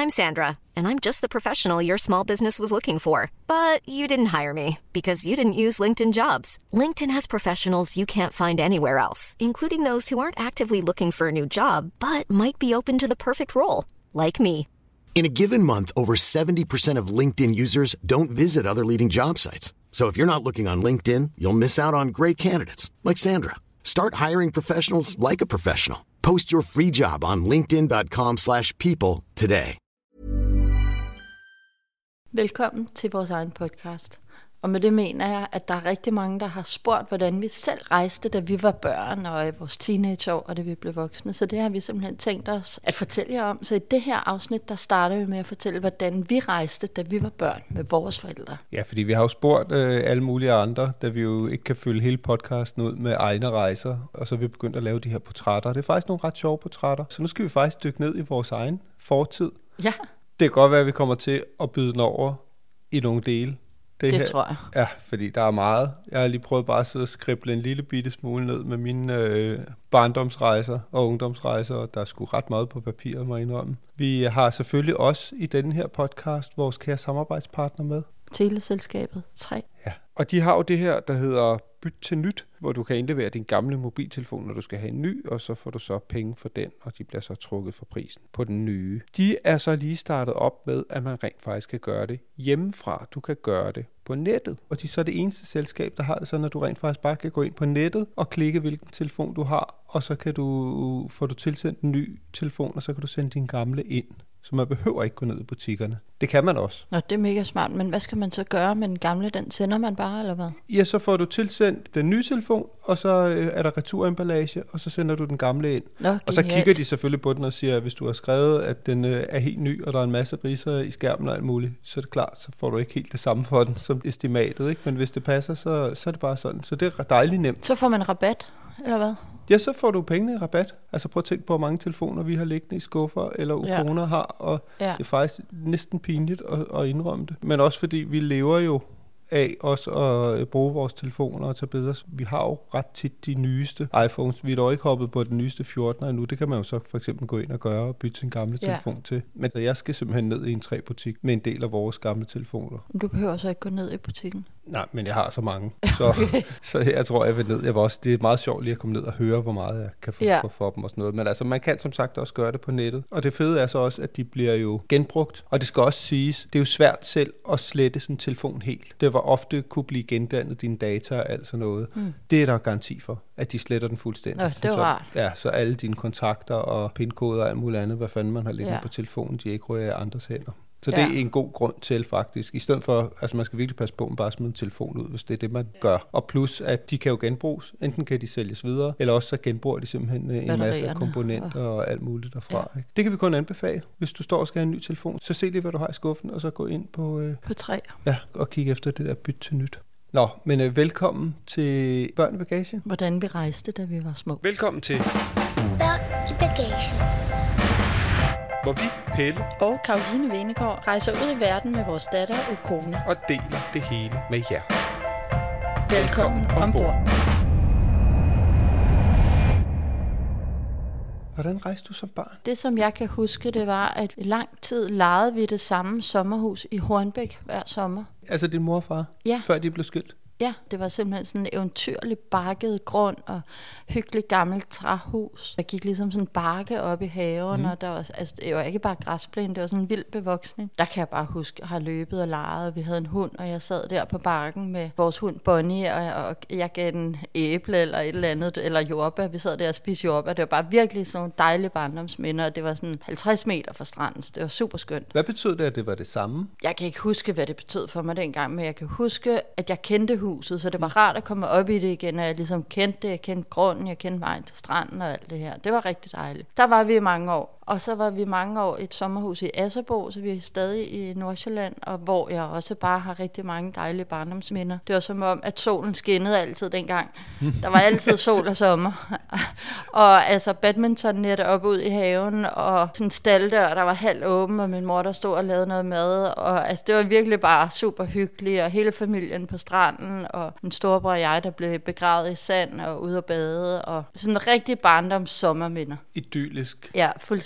I'm Sandra, and I'm just the professional your small business was looking for. But you didn't hire me because you didn't use LinkedIn Jobs. LinkedIn has professionals you can't find anywhere else, including those who aren't actively looking for a new job, but might be open to the perfect role, like me. In a given month, over 70% of LinkedIn users don't visit other leading job sites. So if you're not looking on LinkedIn, you'll miss out on great candidates like Sandra. Start hiring professionals like a professional. Post your free job on linkedin.com/people today. Velkommen til vores egen podcast. Og med det mener jeg, at der er rigtig mange, der har spurgt, hvordan vi selv rejste, da vi var børn og i vores teenageår, og da vi blev voksne. Så det har vi simpelthen tænkt os at fortælle jer om. Så i det her afsnit, der starter vi med at fortælle, hvordan vi rejste, da vi var børn med vores forældre. Ja, fordi vi har jo spurgt alle mulige andre, da vi jo ikke kan fylde hele podcasten ud med egne rejser. Og så er vi begyndt at lave de her portrætter. Det er faktisk nogle ret sjove portrætter. Så nu skal vi faktisk dykke ned i vores egen fortid. Ja. Det kan godt være, at vi kommer til at byde den over i nogle dele. Det her, tror jeg. Ja, fordi der er meget. Jeg har lige prøvet bare at sidde og skrible en lille bitte smule ned med mine barndomsrejser og ungdomsrejser, og der er sgu ret meget på papiret, må jeg indrømme. Vi har selvfølgelig også i denne her podcast vores kære samarbejdspartner med. Teleselskabet 3. Ja, og de har jo det her, der hedder Byt til Nyt, hvor du kan indlevere din gamle mobiltelefon, når du skal have en ny, og så får du så penge for den, og de bliver så trukket for prisen på den nye. De er så lige startet op med, at man rent faktisk kan gøre det hjemmefra. Du kan gøre det på nettet, og de er så det eneste selskab, der har det sådan, at du rent faktisk bare kan gå ind på nettet og klikke, hvilken telefon du har, og så får du tilsendt en ny telefon, og så kan du sende din gamle ind. Så man behøver ikke gå ned i butikkerne. Det kan man også. Nå, det er mega smart, men hvad skal man så gøre med den gamle? Den sender man bare, eller hvad? Ja, så får du tilsendt den nye telefon, og så er der returemballage, og så sender du den gamle ind. Nå, og så kigger de selvfølgelig på den og siger, at hvis du har skrevet, at den er helt ny, og der er en masse ridser i skærmen og alt muligt, så er det klart, så får du ikke helt det samme for den som estimatet, ikke? Men hvis det passer, så er det bare sådan. Så det er dejligt nemt. Så får man rabat, eller hvad? Ja, så får du pengene i rabat. Altså prøv at tænke på, hvor mange telefoner vi har liggende i skuffer, eller ukoner har, og det er faktisk næsten pinligt at indrømme det. Men også fordi vi lever jo af også at bruge vores telefoner og tage billeder. Vi har jo ret tit de nyeste iPhones. Vi er dog ikke hoppet på den nyeste 14'er endnu. Det kan man jo så for eksempel gå ind og gøre og bytte sin gamle telefon til. Men jeg skal simpelthen ned i en 3-butik med en del af vores gamle telefoner. Du behøver så ikke gå ned i butikken? Nej, men jeg har så mange. Så jeg tror, jeg vil ned. Det er meget sjovt lige at komme ned og høre, hvor meget jeg kan få for dem og sådan noget. Men altså, man kan som sagt også gøre det på nettet. Og det fede er så også, at de bliver jo genbrugt. Og det skal også siges, det er jo svært selv at slette sådan en telefon helt. Det var ofte kunne blive gendannet dine data og alt sådan noget. Det er der garanti for, at de sletter den fuldstændig. Nå, det var rart. Ja, så alle dine kontakter og pindkoder og alt muligt andet, hvad fanden man har liggende på telefonen, de ikke ryger i andres hænder. Så det er en god grund til faktisk, i stedet for, altså man skal virkelig passe på, at man bare smider en telefon ud, hvis det er det, man gør. Og plus, at de kan jo genbruges. Enten kan de sælges videre, eller også så genbruger de simpelthen en masse af komponenter og alt muligt derfra. Ikke? Det kan vi kun anbefale. Hvis du står og skal have en ny telefon, så se lige, hvad du har i skuffen, og så gå ind på 3. Ja, og kig efter det der byt til nyt. Nå, men velkommen til Børn i Bagagen. Hvordan vi rejste, da vi var små. Velkommen til Børn i Bagagen. Hvor vi, Pelle og Caroline Venegård, rejser ud i verden med vores datter og kone. Og deler det hele med jer. Velkommen ombord. Hvordan rejste du som barn? Det, som jeg kan huske, det var, at i lang tid lejede vi det samme sommerhus i Hornbæk hver sommer. Altså din mor og far? Ja. Før de blev skilt? Ja, det var simpelthen sådan en eventyrlig bakket grund og hyggelig gammelt træhus. Der gik ligesom sådan en bakke op i haven, og der var, altså, det var ikke bare græsplæne, det var sådan en vild bevoksning. Der kan jeg bare huske, at have løbet og leget, og vi havde en hund, og jeg sad der på bakken med vores hund Bonnie, og jeg gav den æble eller et eller andet, eller jordbær. Vi sad der og spiste jordbær. Det var bare virkelig sådan nogle dejlige barndomsminder, og det var sådan 50 meter fra stranden. Det var super skønt. Hvad betød det, at det var det samme? Jeg kan ikke huske, hvad det betød for mig dengang, men jeg kan huske, at jeg kendte huset, så det var rart at komme op i det igen, og jeg ligesom kendte det, jeg kendte grunden, jeg kendte vejen til stranden og alt det her. Det var rigtig dejligt. Der var vi i mange år. Og så var vi mange år i et sommerhus i Asserbo, så vi er stadig i Nordsjælland, og hvor jeg også bare har rigtig mange dejlige barndomsminder. Det var som om, at solen skinnede altid dengang. Der var altid sol og sommer. Og altså badmintonnet op ud i haven, og sådan en stalddør, der var halvt åben, og min mor, der stod og lavede noget mad. Og altså, det var virkelig bare super hyggeligt, og hele familien på stranden, og min storebror og jeg, der blev begravet i sand og ude at bade, og sådan en rigtig barndoms sommerminder. Idyllisk. Ja, fuldstændig.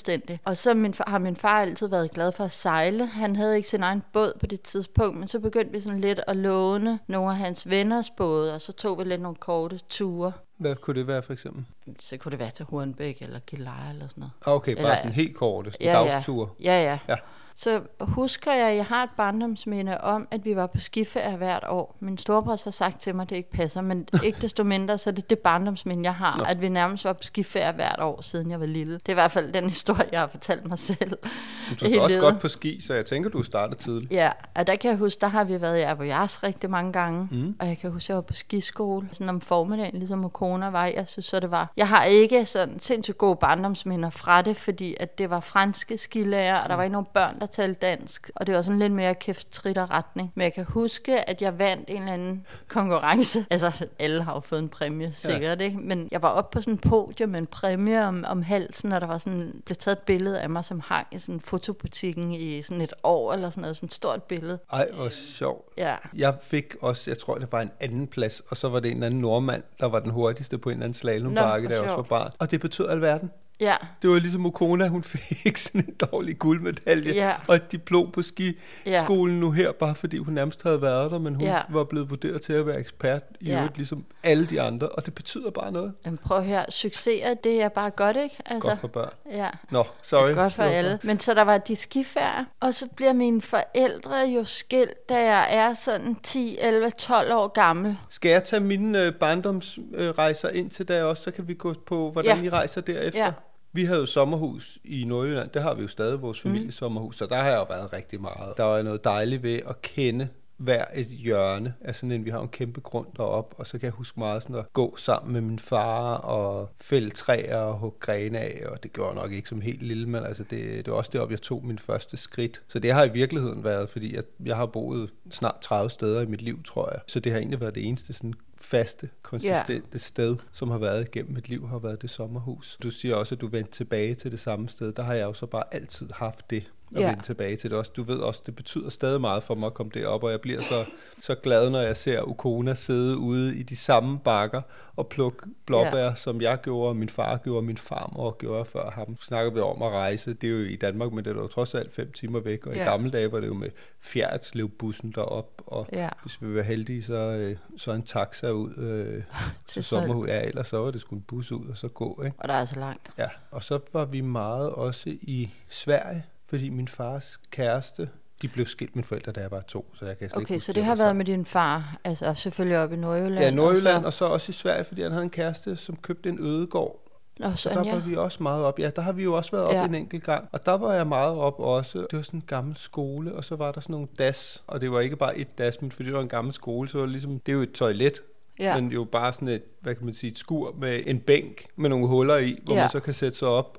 fuldstændig. Og så har min far altid været glad for at sejle. Han havde ikke sin egen båd på det tidspunkt, men så begyndte vi sådan lidt at låne nogle af hans venners både, og så tog vi lidt nogle korte ture. Hvad kunne det være for eksempel? Så kunne det være til Hornbæk eller Gilleleje eller sådan noget. Okay, bare sådan helt korte, dagsture. Ja. Så husker jeg har et barndomsminde om, at vi var på skiferie hvert år. Min storebror har sagt til mig, at det ikke passer, men ikke desto mindre, så er det barndomsminde, jeg har, at vi nærmest var på skiferie hvert år, siden jeg var lille. Det er i hvert fald den historie, jeg har fortalt mig selv. Du skal også godt på ski, så jeg tænker, du startede tidligt. Ja, og der kan jeg huske, der har vi været i Avoyars rigtig mange gange, og jeg kan huske, jeg var på skiskole, sådan om formiddagen, ligesom Okona var. Jeg synes så, det var. Jeg har ikke sådan sindssygt gode barndomsminder fra det, fordi at det var franske skilærer, og der var ikke nogen børn, der talte dansk, og det var sådan lidt mere kæft, trit og retning. Men jeg kan huske, at jeg vandt en eller anden konkurrence. Altså, alle har jo fået en præmie, sikkert, ikke? Men jeg var oppe på sådan en podium med en præmie om halsen, og der var sådan, blev taget et billede af mig, som hang i sådan fotobutikken i sådan et år, eller sådan noget, sådan et stort billede. Ej, hvor sjovt. Ja. Jeg fik også, jeg tror, det var en anden plads, og så var det en eller anden nordmand, der var den hurtigste på en eller anden slalombakke, der også var barn. Og det betød alverden. Ja. Det var ligesom Okona, hun fik sådan en dårlig guldmedalje, og et diplom på skiskolen nu her, bare fordi hun nærmest havde været der, men hun var blevet vurderet til at være ekspert i øvrigt, ligesom alle de andre, og det betyder bare noget. Jamen prøv at høre, succeser, det er bare godt, ikke? Altså, godt for børn. Ja. Nå, sorry. Godt for alle. Men så der var de skiferier, og så bliver mine forældre jo skilt, da jeg er sådan 10, 11, 12 år gammel. Skal jeg tage mine barndomsrejser ind til dig også, så kan vi gå på, hvordan I rejser derefter? Ja. Vi havde jo sommerhus i Nordjylland, det har vi jo stadig, vores familiesommerhus, så der har jeg jo været rigtig meget. Der var noget dejligt ved at kende hver et hjørne af sådan en, vi har en kæmpe grund deroppe, og så kan jeg huske meget sådan at gå sammen med min far og fælde træer og hugge grene af, og det gjorde nok ikke som helt lille, men altså det var også deroppe, jeg tog min første skridt. Så det har i virkeligheden været, fordi jeg har boet snart 30 steder i mit liv, tror jeg. Så det har egentlig været det eneste sådan faste, konsistente sted, som har været igennem mit liv, har været det sommerhus. Du siger også, at du vendte tilbage til det samme sted. Der har jeg jo så bare altid haft det, at vende tilbage til det også. Du ved også, det betyder stadig meget for mig at komme derop, og jeg bliver så glad, når jeg ser Okona sidde ude i de samme bakker og plukke blåbær, som jeg gjorde, og min far gjorde, og min farmor gjorde før ham. Snakker vi om at rejse. Det er jo i Danmark, men det er jo trods alt 5 timer væk, og i gamle dage var det jo med Fjerritslev-bussen derop, og hvis vi var heldige, så en taxa ud til sommerhus. Ja, ellers så var det sgu en bus ud og så gå, ikke? Og der er så langt. Ja, og så var vi meget også i Sverige, fordi min fars kæreste, de blev skilt, mine forældre, da jeg var 2, så jeg kan slet ikke huske, så det har været med din far, altså selvfølgelig oppe i Nordjylland? Ja, Nordjylland, og så også i Sverige, fordi han havde en kæreste, som købte en ødegård. Så der var vi også meget op. Ja, der har vi jo også været op en enkelt gang. Og der var jeg meget op også. Det var sådan en gammel skole, og så var der sådan nogle das. Og det var ikke bare et das, men fordi det var en gammel skole, så var det ligesom, det er jo et toilet. Ja. Men jo bare sådan et, hvad kan man sige, et skur med en bænk med nogle huller i, hvor man så kan sætte sig op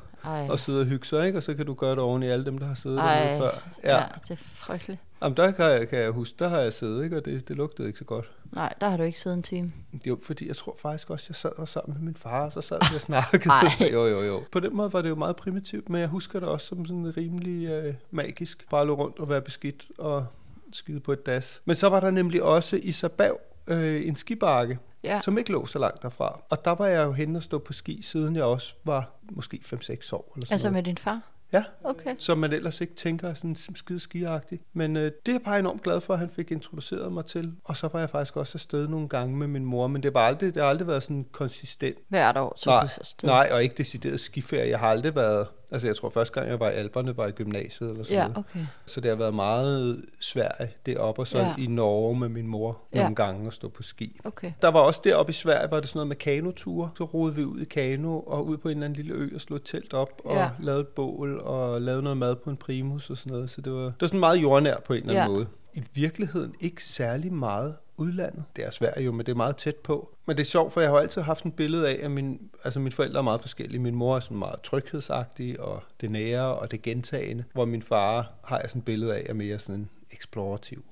og sidde og hygge sig, ikke? Og så kan du gøre det oven i alle dem, der har siddet dernede før. Ja, det er frygteligt. Jamen, der kan jeg huske, der har jeg siddet, ikke? Og det lugtede ikke så godt. Nej, der har du ikke siddet en time. Det er jo fordi, jeg tror faktisk også, jeg sad der sammen med min far, og så sad vi og snakkede. Jo. På den måde var det jo meget primitivt, men jeg husker det også som sådan rimelig magisk. Bare løbe rundt og være beskidt og skide på et das. Men så var der nemlig også i Sabav en skibakke, som ikke lå så langt derfra. Og der var jeg jo henne og stå på ski, siden jeg også var måske 5-6 år. Eller sådan altså noget. Med din far? Ja, okay. Som man ellers ikke tænker er sådan skide skiagtigt. Men det er jeg bare enormt glad for, at han fik introduceret mig til. Og så var jeg faktisk også afsted nogle gange med min mor, men det har aldrig været sådan konsistent. Hvert år? Nej, og ikke decideret skiferie. Jeg har aldrig været... Altså jeg tror første gang jeg var i Alperne, var i gymnasiet eller sådan noget. Okay. Så det har været meget Sverige deroppe, og så i Norge med min mor nogle gange at stå på ski. Okay. Der var også deroppe i Sverige, var det sådan noget med kanoture. Så rodede vi ud i kano og ud på en eller anden lille ø og slog et telt op og lavede et bål og lavede noget mad på en primus og sådan noget. Så det var sådan meget jordnær på en eller anden måde. I virkeligheden ikke særlig meget udlandet. Det er Sverige jo, men det er meget tæt på. Men det er sjovt, for jeg har altid haft en billede af, at mine forældre er meget forskellige. Min mor er sådan meget tryghedsagtig, og det nære, og det gentagende. Hvor min far har jeg sådan et billede af, er mere sådan eksplorativ,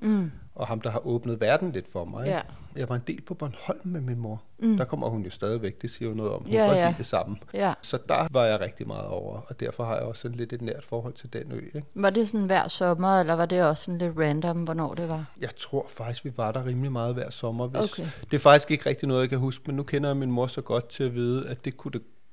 og ham, der har åbnet verden lidt for mig. Ja. Jeg var en del på Bornholm med min mor. Der kommer hun jo stadigvæk, det siger jo noget om. Hun kan godt lide det samme. Ja. Så der var jeg rigtig meget over, og derfor har jeg også sådan lidt et nært forhold til den ø. Ikke? Var det sådan hver sommer, eller var det også sådan lidt random, hvornår det var? Jeg tror faktisk, vi var der rimelig meget hver sommer. Det er faktisk ikke rigtig noget, jeg kan huske, men nu kender jeg min mor så godt til at vide, at det kunne det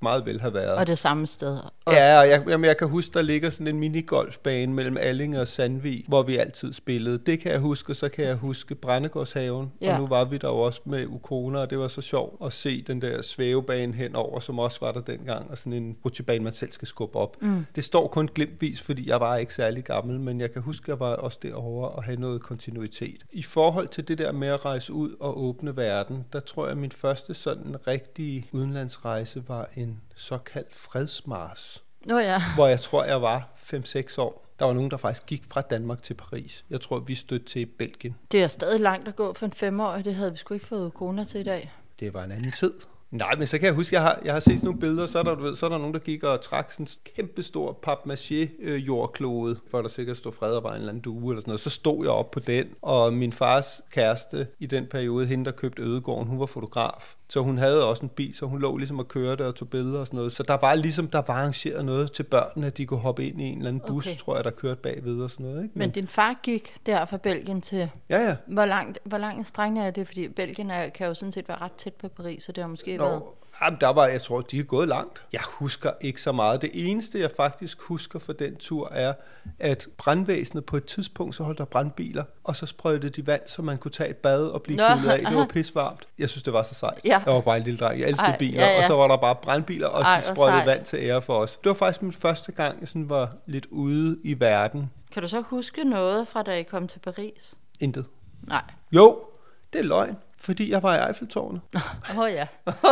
meget vel have været. Og det samme sted også. Ja, og jeg kan huske, der ligger sådan en minigolfbane mellem Allinge og Sandvig, hvor vi altid spillede. Det kan jeg huske, og så kan jeg huske Brændegårdshaven. Ja. Og nu var vi der jo også med Ukona, og det var så sjovt at se den der svævebane henover, som også var der dengang, og sådan en rutsjebane, man selv skal skubbe op. Det står kun glimtvis, fordi jeg var ikke særlig gammel, men jeg kan huske, at jeg var også derovre og have noget kontinuitet. I forhold til det der med at rejse ud og åbne verden, der tror jeg, at min første sådan rigtige udenlandsrejse var en såkaldt fredsmars. Hvor jeg tror, jeg var 5-6 år. Der var nogen, der faktisk gik fra Danmark til Paris. Jeg tror, vi stødte til Belgien. Det er stadig langt at gå for en 5-årig. Det havde vi sgu ikke fået corona til i dag. Det var en anden tid. Nej, men så kan jeg huske, jeg har set sådan nogle billeder, så er der nogen, der gik og trak sådan en kæmpestor papmaché-jordklode, hvor der sikkert stod fred og var en eller anden due eller sådan noget. Så stod jeg op på den, og min fars kæreste i den periode, hende der købte Ødegården, hun var fotograf. Så hun havde også en bil, så hun lå ligesom og kørte og tog billeder og sådan noget. Så der var arrangeret noget til børnene, at de kunne hoppe ind i en eller anden bus, tror jeg, der kørte bagved og sådan noget. Ikke? Men din far gik der fra Belgien til... Ja. Hvor langt strækning er det? Fordi Belgien kan jo sådan set være ret tæt på Paris, så det har måske været... Jamen, jeg tror, de er gået langt. Jeg husker ikke så meget. Det eneste, jeg faktisk husker for den tur, er, at brandvæsenet på et tidspunkt, så holdt der brandbiler, og så sprøjtede de vand, så man kunne tage et bad og blive kølet af. Det var pisvarmt. Jeg synes, det var så sejt. Ja. Jeg var bare en lille dreng. Jeg elskede biler, og så var der bare brandbiler, og de sprøjtede vand til ære for os. Det var faktisk min første gang, jeg sådan var lidt ude i verden. Kan du så huske noget fra, da I kom til Paris? Intet. Nej. Jo, det er løgn. Fordi jeg var i Eiffeltårnet. Ja.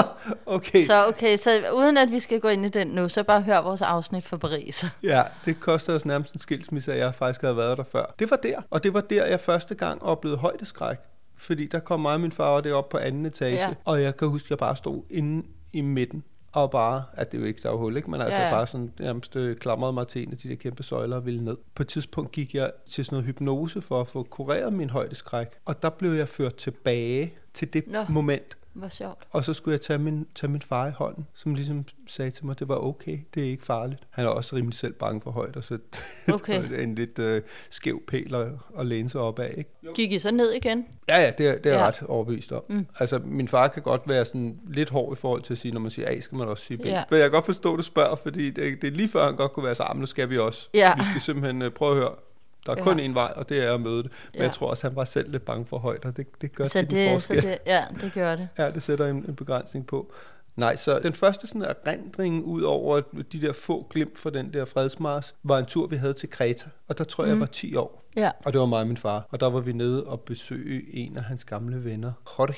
Okay. Så uden at vi skal gå ind i den nu, så bare hør vores afsnit for Paris. Ja, det koster os nærmest en skilsmisse, at jeg faktisk havde været der før. Det var der, og det var der, jeg første gang oplevede højdeskræk. Fordi der kom mig og min far deroppe på anden etage, og jeg kan huske, at jeg bare stod inde i midten. Og bare, at det jo ikke, der var hul, ikke? Men altså bare sådan, nærmest klamrede mig til en af de der kæmpe søjler og ville ned. På et tidspunkt gik jeg til sådan noget hypnose for at få kureret min højdeskræk. Og der blev jeg ført tilbage til det moment. Hvor sjovt. Og så skulle jeg tage min far i hånden, som ligesom sagde til mig, det var okay, det er ikke farligt. Han er også rimelig selv bange for højder, så det var en lidt skæv pæl at læne sig op af. Ikke? Gik I så ned igen? Ja, det er ret overbevist om. Altså, min far kan godt være sådan lidt hård i forhold til at sige, når man siger A, skal man også sige B. Ja. Men jeg kan godt forstå, at du spørger, fordi det er lige før, han godt kunne være sammen, nu skal vi også. Ja. Vi skal simpelthen prøve at høre. Der er kun en vej, og det er at møde det. Men jeg tror også, han var selv lidt bange for højder. Det gør til en forskel. Det gør det. Ja, det sætter en begrænsning på. Nej, så den første sådan erindring ud over de der få glimt fra den der fredsmars, var en tur, vi havde til Kreta. Og der tror jeg var 10 år. Ja. Og det var mig og min far. Og der var vi nede og besøge en af hans gamle venner,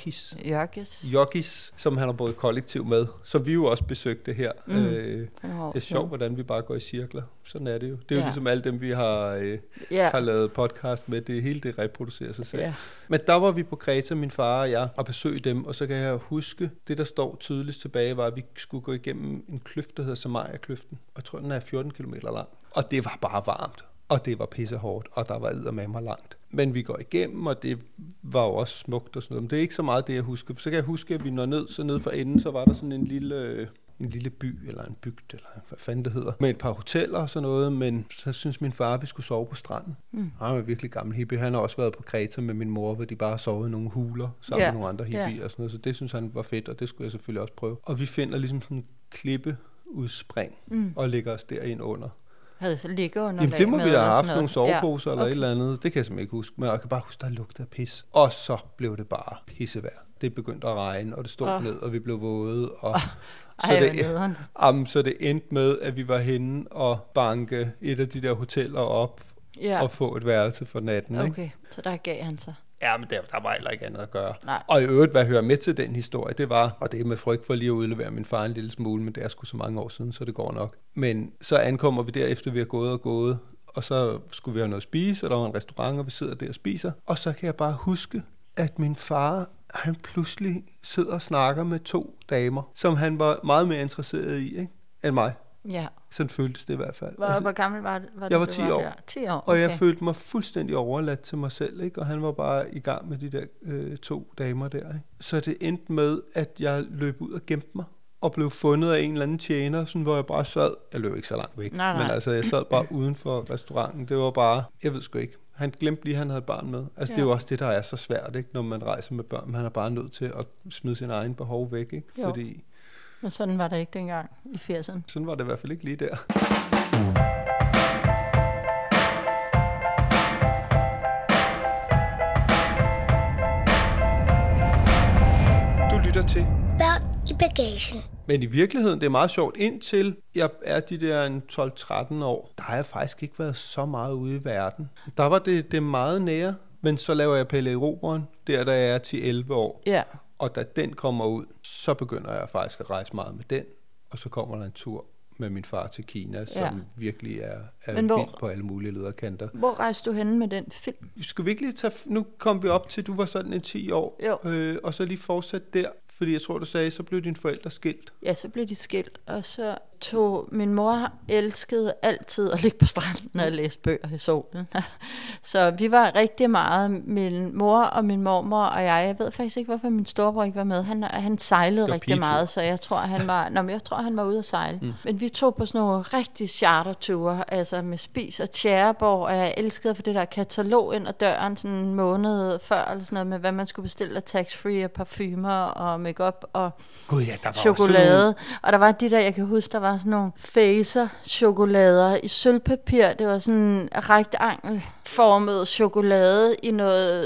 Jorgis, som han har boet kollektiv med, som vi jo også besøgte her. Det er sjovt, hvordan vi bare går i cirkler. Sådan er det jo. Det er jo ligesom alle dem, vi har lavet podcast med. Det hele det reproducerer sig selv. Ja. Men der var vi på Kreta, min far og jeg, og besøgte dem. Og så kan jeg huske, det der står tydeligst tilbage, var, at vi skulle gå igennem en kløft, der hedder Samaria-kløften. Og jeg tror, den er 14 km lang. Og det var bare varmt. Og det var pissehårdt, og der var eddermame langt. Men vi går igennem, og det var jo også smukt og sådan noget. Men det er ikke så meget det, jeg husker. Så kan jeg huske, at vi når ned, så ned for enden, så var der sådan en lille by, eller en bygd, eller hvad fanden det hedder, med et par hoteller og sådan noget, men så synes min far, at vi skulle sove på stranden. Han var virkelig gammel hippie. Han har også været på Kreta med min mor, hvor de bare sovede i nogle huler sammen med nogle andre hippier og sådan noget, så det synes han var fedt, og det skulle jeg selvfølgelig også prøve. Og vi finder ligesom sådan en klippeudspring, og lægger os derind under. Havde så ligget under. Jamen, det må vi have haft nogle soveposer eller et eller andet. Det kan jeg simpelthen ikke huske. Men jeg kan bare huske, der lugtede af pis. Og så blev det bare pissevejr. Det begyndte at regne, og det stod ned, og vi blev våde. Og så det endte med, at vi var henne og banke et af de der hoteller op og få et værelse for natten. Okay, ikke? Så der gav han sig. Ja, men der var heller ikke andet at gøre. Nej. Og i øvrigt, hvad hører med til den historie, det var, og det er med frygt for lige at udlevere min far en lille smule, men det er sgu så mange år siden, så det går nok. Men så ankommer vi derefter, vi har gået, og så skulle vi have noget at spise, og der var en restaurant, og vi sidder der og spiser. Og så kan jeg bare huske, at min far, han pludselig sidder og snakker med 2 damer, som han var meget mere interesseret i, ikke, end mig. Ja. Sådan føltes det i hvert fald. Hvor gammel var det? Jeg var 10 år. Der? 10 år, okay. Og jeg følte mig fuldstændig overladt til mig selv, ikke? Og han var bare i gang med de der 2 damer der, ikke? Så det endte med, at jeg løb ud og gemte mig, og blev fundet af en eller anden tjener, sådan, hvor jeg bare sad. Jeg løb ikke så langt væk, nej. Men altså, jeg sad bare uden for restauranten. Det var bare, jeg ved sgu ikke. Han glemte lige, at han havde et barn med. Altså, det er jo også det, der er så svært, ikke? Når man rejser med børn. Man er bare nødt til at smide sin egen behov væk, ikke? Fordi Men sådan var det ikke dengang i 80'erne. Sådan var det i hvert fald ikke lige der. Du lytter til Børn i bagagen. Men i virkeligheden, det er meget sjovt, indtil jeg er de der 12-13 år, der har jeg faktisk ikke været så meget ude i verden. Der var det meget nære, men så laver jeg Pelle Erobreren, der jeg er til 11 år. Ja. Og da den kommer ud, så begynder jeg faktisk at rejse meget med den, og så kommer der en tur med min far til Kina, som virkelig er vildt på alle mulige lederkanter. Hvor rejste du henne med den film? Skal vi ikke lige tage... Nu kom vi op til, du var sådan en 10 år, og så lige fortsætte der. Fordi jeg tror, du sagde, så blev dine forældre skilt. Ja, så blev de skilt, og så tog min mor elskede altid at ligge på stranden og læse bøger i solen. Så vi var rigtig meget, min mor og min mormor og jeg ved faktisk ikke, hvorfor min storebror ikke var med. Han sejlede rigtig meget, så jeg tror, han var ude at sejle. Men vi tog på sådan nogle rigtig charterture, altså med spis og tjæreborg, og jeg elskede at få det der katalog ind ad døren sådan en måned før, eller sådan noget med, hvad man skulle bestille af tax-free og parfumer og makeup og chokolade. Og der var de der, jeg kan huske, der var sådan nogle Fazer-chokolader i sølvpapir. Det var sådan en rektangelformet chokolade i